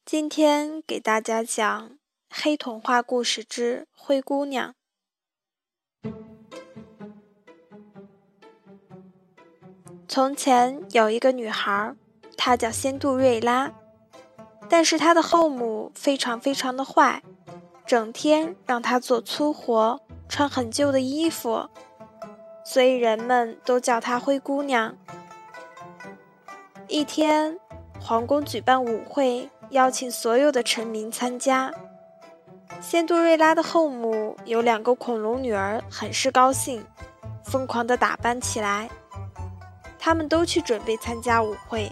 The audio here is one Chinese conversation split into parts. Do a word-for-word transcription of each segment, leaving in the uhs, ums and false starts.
今天给大家讲黑童话故事之灰姑娘。从前有一个女孩，她叫仙杜瑞拉，但是她的后母非常非常的坏，整天让她做粗活，穿很旧的衣服，所以人们都叫她灰姑娘。一天，皇宫举办舞会，邀请所有的臣民参加。仙杜瑞拉的后母有两个恐龙女儿，很是高兴，疯狂地打扮起来。他们都去准备参加舞会。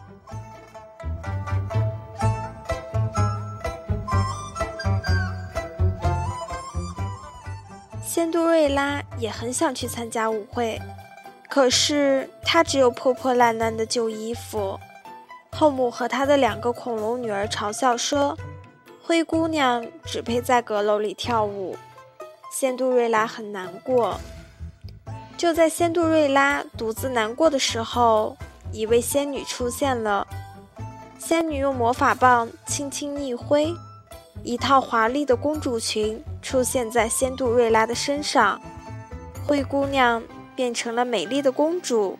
仙杜瑞拉也很想去参加舞会，可是她只有破破烂烂的旧衣服。后母和她的两个恐龙女儿嘲笑说，灰姑娘只配在阁楼里跳舞。仙杜瑞拉很难过。就在仙杜瑞拉独自难过的时候，一位仙女出现了。仙女用魔法棒轻轻一挥，一套华丽的公主裙出现在仙杜瑞拉的身上，灰姑娘变成了美丽的公主。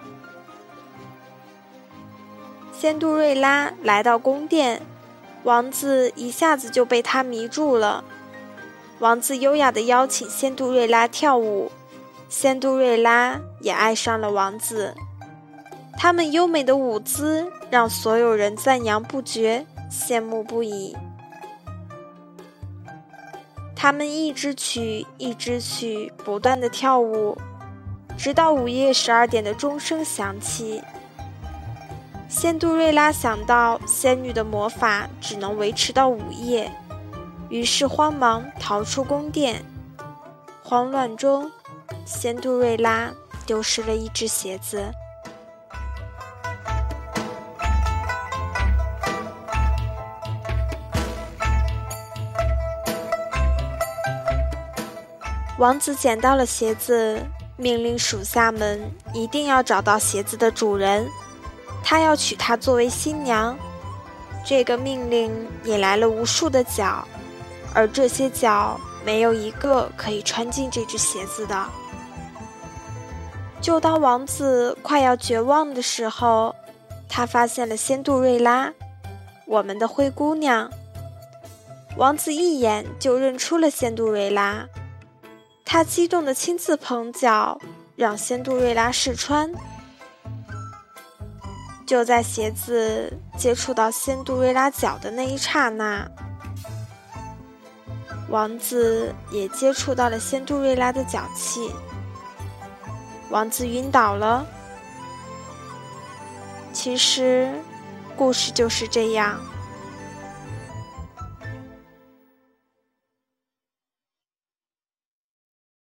仙杜瑞拉来到宫殿，王子一下子就被她迷住了。王子优雅地邀请仙杜瑞拉跳舞，仙杜瑞拉也爱上了王子。他们优美的舞姿让所有人赞扬不绝，羡慕不已。他们一支曲一支曲不断地跳舞，直到午夜十二点的钟声响起。仙杜瑞拉想到仙女的魔法只能维持到午夜，于是慌忙逃出宫殿。慌乱中，仙杜瑞拉丢失了一只鞋子。王子捡到了鞋子，命令属下们一定要找到鞋子的主人，他要娶她作为新娘。这个命令引来了无数的脚，而这些脚没有一个可以穿进这只鞋子的。就当王子快要绝望的时候，他发现了仙杜瑞拉，我们的灰姑娘。王子一眼就认出了仙杜瑞拉，他激动地亲自捧脚，让仙杜瑞拉试穿。就在鞋子接触到仙杜瑞拉脚的那一刹那，王子也接触到了仙杜瑞拉的脚气，王子晕倒了。其实，故事就是这样。